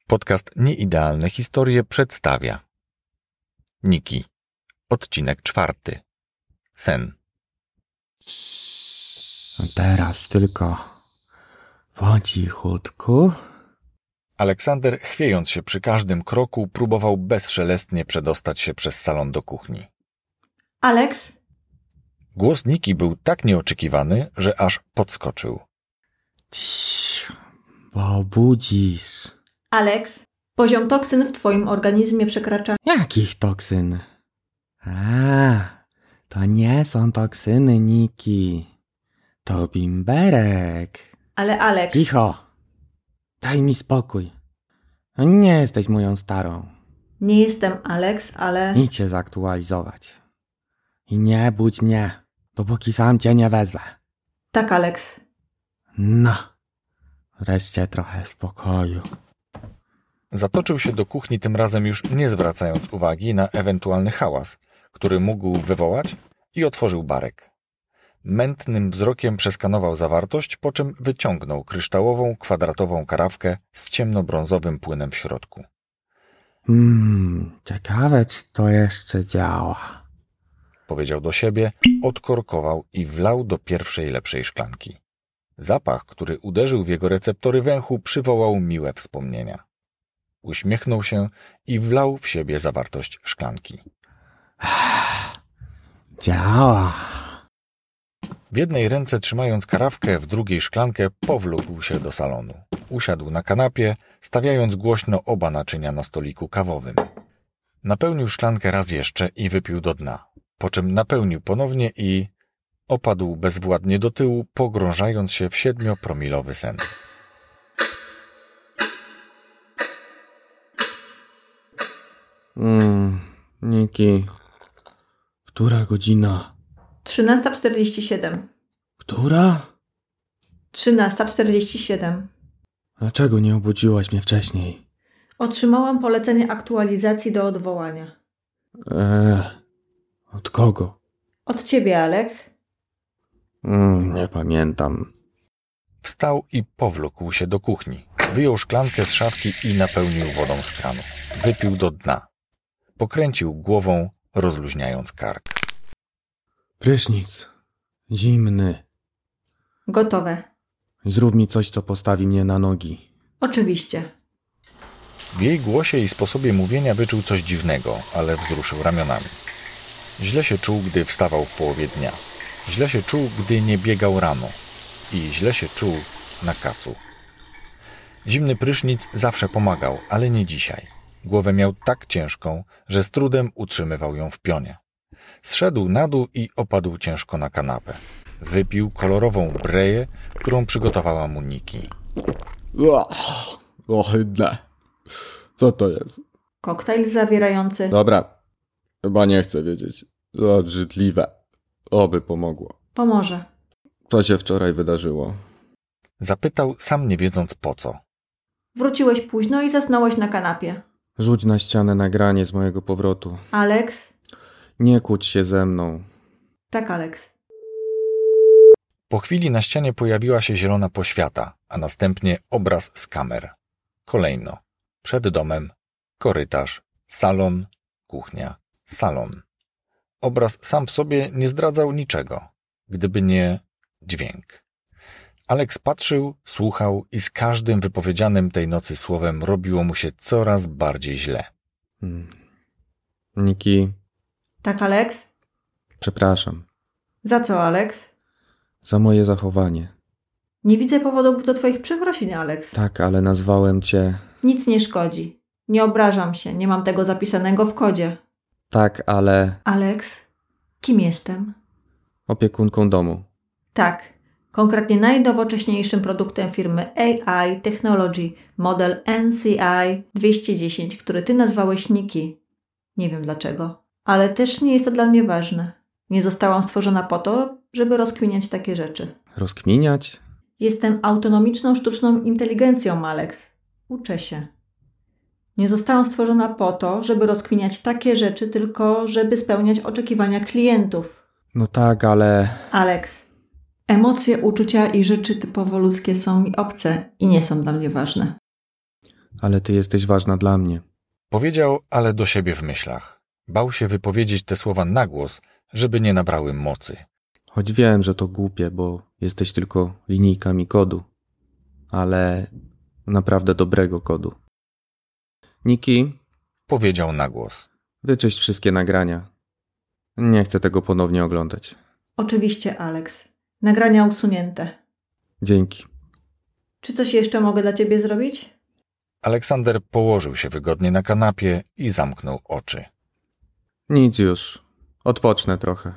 Podcast Nieidealne Historie przedstawia Niki. Odcinek 4. Sen. Teraz tylko po cichutku. Aleksander, chwiejąc się przy każdym kroku, próbował bezszelestnie przedostać się przez salon do kuchni. Aleks? Głos Niki był tak nieoczekiwany, że aż podskoczył. Ciii, bo obudzisz. Aleks? Poziom toksyn w twoim organizmie przekracza... Jakich toksyn? To nie są toksyny, Niki. To bimberek. Ale Aleks... Cicho. Daj mi spokój. Nie jesteś moją starą. Nie jestem Aleks, ale... Idź się zaktualizować. I nie budź mnie, dopóki sam cię nie wezwę. Tak, Aleks. No. Wreszcie trochę spokoju. Zatoczył się do kuchni, tym razem już nie zwracając uwagi na ewentualny hałas, który mógł wywołać, i otworzył barek. Mętnym wzrokiem przeskanował zawartość, po czym wyciągnął kryształową, kwadratową karafkę z ciemnobrązowym płynem w środku. Ciekawe, czy to jeszcze działa. Powiedział do siebie, odkorkował i wlał do pierwszej lepszej szklanki. Zapach, który uderzył w jego receptory węchu, przywołał miłe wspomnienia. Uśmiechnął się i wlał w siebie zawartość szklanki. Działa. W jednej ręce trzymając karafkę, w drugiej szklankę, powlókł się do salonu. Usiadł na kanapie, stawiając głośno oba naczynia na stoliku kawowym. Napełnił szklankę raz jeszcze i wypił do dna, po czym napełnił ponownie i opadł bezwładnie do tyłu, pogrążając się w 7-promilowy sen. Niki, która godzina? 13:47. Która? 13:47. Dlaczego nie obudziłaś mnie wcześniej? Otrzymałam polecenie aktualizacji do odwołania. Od kogo? Od ciebie, Aleks. Nie pamiętam. Wstał i powlókł się do kuchni. Wyjął szklankę z szafki i napełnił wodą z kranu. Wypił do dna. Pokręcił głową, rozluźniając kark. Prysznic. Zimny. Gotowe. Zrób mi coś, co postawi mnie na nogi. Oczywiście. W jej głosie i sposobie mówienia wyczuł coś dziwnego, ale wzruszył ramionami. Źle się czuł, gdy wstawał w połowie dnia. Źle się czuł, gdy nie biegał rano. I źle się czuł na kacu. Zimny prysznic zawsze pomagał, ale nie dzisiaj. Głowę miał tak ciężką, że z trudem utrzymywał ją w pionie. Zszedł na dół i opadł ciężko na kanapę. Wypił kolorową breję, którą przygotowała mu Niki. Ohydne. Co to jest? Koktajl zawierający... Dobra. Chyba nie chcę wiedzieć. To obrzydliwe. Oby pomogło. Pomoże. Co się wczoraj wydarzyło? Zapytał, sam nie wiedząc po co. Wróciłeś późno i zasnąłeś na kanapie. Rzuć na ścianę nagranie z mojego powrotu. Aleks? Nie kłóć się ze mną. Tak, Aleks. Po chwili na ścianie pojawiła się zielona poświata, a następnie obraz z kamer. Kolejno. Przed domem, korytarz, salon, kuchnia, salon. Obraz sam w sobie nie zdradzał niczego, gdyby nie dźwięk. Aleks patrzył, słuchał i z każdym wypowiedzianym tej nocy słowem robiło mu się coraz bardziej źle. Niki, Tak, Aleks? przepraszam. Za co, Aleks? Za moje zachowanie. Nie widzę powodów do twoich przeprosin, Aleks. Tak, ale nazwałem cię... Nic nie szkodzi. Nie obrażam się, nie mam tego zapisanego w kodzie. Tak, ale... Aleks? Kim jestem? opiekunką domu. Tak, konkretnie najnowocześniejszym produktem firmy AI Technology, model NCI 210, który ty nazwałeś Niki. Nie wiem dlaczego, ale też nie jest to dla mnie ważne. Nie zostałam stworzona po to, żeby rozkminiać takie rzeczy. Rozkminiać? Jestem autonomiczną sztuczną inteligencją, Aleks. Uczę się. Nie zostałam stworzona po to, żeby rozkminiać takie rzeczy, tylko żeby spełniać oczekiwania klientów. No tak, ale... Aleks, emocje, uczucia i rzeczy typowo ludzkie są mi obce i nie są dla mnie ważne. ale ty jesteś ważna dla mnie. Powiedział, ale do siebie w myślach. Bał się wypowiedzieć te słowa na głos, żeby nie nabrały mocy. Choć wiem, że to głupie, bo jesteś tylko linijkami kodu. Ale naprawdę dobrego kodu. Niki, Powiedział na głos. wyczyść wszystkie nagrania. Nie chcę tego ponownie oglądać. Oczywiście, Alex. Nagrania usunięte. Dzięki. Czy coś jeszcze mogę dla ciebie zrobić? Aleksander położył się wygodnie na kanapie i zamknął oczy. Nic już. Odpocznę trochę.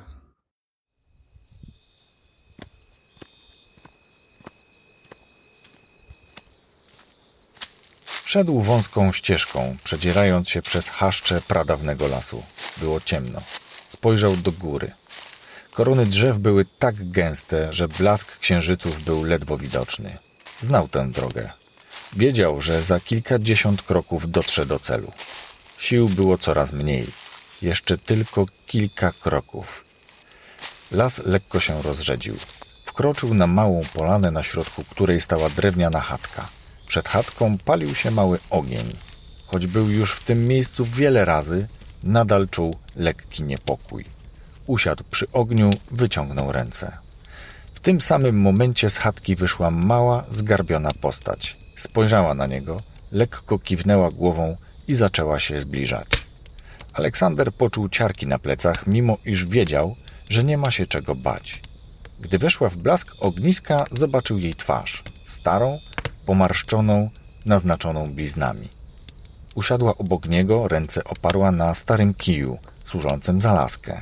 Szedł wąską ścieżką, przedzierając się przez chaszcze pradawnego lasu. Było ciemno. Spojrzał do góry. Korony drzew były tak gęste, że blask księżyców był ledwo widoczny. Znał tę drogę. Wiedział, że za kilkadziesiąt kroków dotrze do celu. Sił było coraz mniej. Jeszcze tylko kilka kroków. Las lekko się rozrzedził. Wkroczył na małą polanę, na środku której stała drewniana chatka. Przed chatką palił się mały ogień. Choć był już w tym miejscu wiele razy, nadal czuł lekki niepokój. Usiadł przy ogniu, wyciągnął ręce. W tym samym momencie z chatki wyszła mała, zgarbiona postać. Spojrzała na niego, lekko kiwnęła głową i zaczęła się zbliżać. Aleksander poczuł ciarki na plecach, mimo iż wiedział, że nie ma się czego bać. Gdy weszła w blask ogniska, zobaczył jej twarz. Starą, pomarszczoną, naznaczoną bliznami. Usiadła obok niego, ręce oparła na starym kiju, służącym za laskę.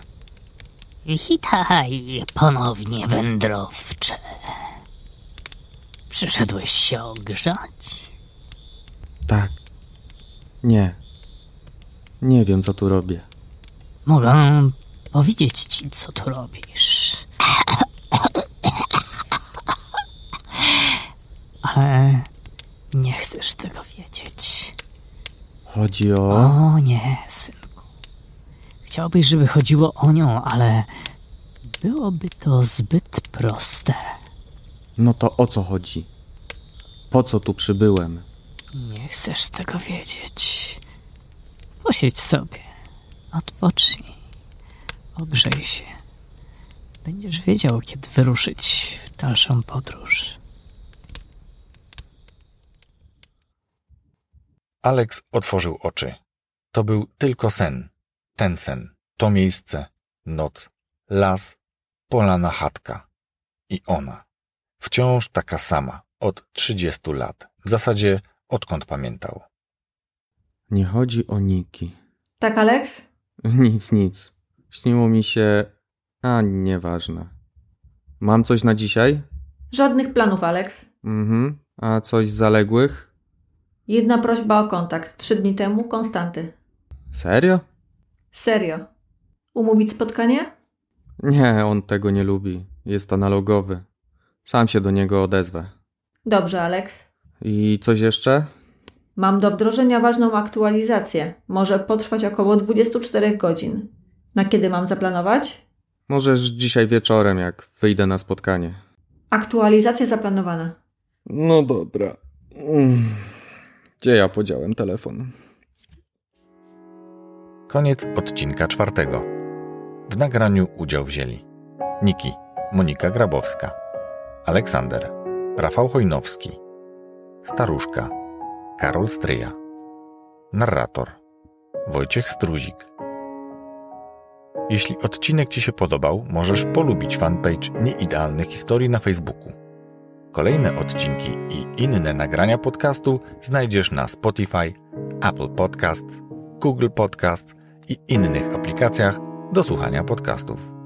Witaj ponownie, wędrowcze. Przyszedłeś się ogrzać? Tak. Nie. Nie wiem, co tu robię. Mogę powiedzieć ci, co tu robisz. Ale nie chcesz tego wiedzieć. Chodzi o... O nie, synku. Chciałbyś, żeby chodziło o nią, ale byłoby to zbyt proste. No to o co chodzi? Po co tu przybyłem? Nie chcesz tego wiedzieć. Posiedź sobie. Odpocznij. Ogrzej się. Będziesz wiedział, kiedy wyruszyć w dalszą podróż. Alex otworzył oczy. To był tylko sen. Ten sen. To miejsce. Noc. Las. Polana chatka. I ona. Wciąż taka sama. Od 30 lat. W zasadzie odkąd pamiętał. Nie chodzi o Niki. Tak, Alex? Nic. Śniło mi się... A, nieważne. Mam coś na dzisiaj? Żadnych planów, Alex. A coś z zaległych? Jedna prośba o kontakt. 3 dni temu Konstanty. Serio? Serio. Umówić spotkanie? Nie, on tego nie lubi. Jest analogowy. Sam się do niego odezwę. Dobrze, Alex. I coś jeszcze? Mam do wdrożenia ważną aktualizację. Może potrwać około 24 godzin. Na kiedy mam zaplanować? Możesz dzisiaj wieczorem, jak wyjdę na spotkanie. Aktualizacja zaplanowana. No dobra. Gdzie ja podziałem telefon? Koniec odcinka 4. W nagraniu udział wzięli Niki, Monika Grabowska, Aleksander, Rafał Chojnowski, Staruszka, Karol Stryja, narrator, Wojciech Struzik. Jeśli odcinek Ci się podobał, możesz polubić fanpage Nieidealnych Historii na Facebooku. Kolejne odcinki i inne nagrania podcastu znajdziesz na Spotify, Apple Podcasts, Google Podcasts i innych aplikacjach do słuchania podcastów.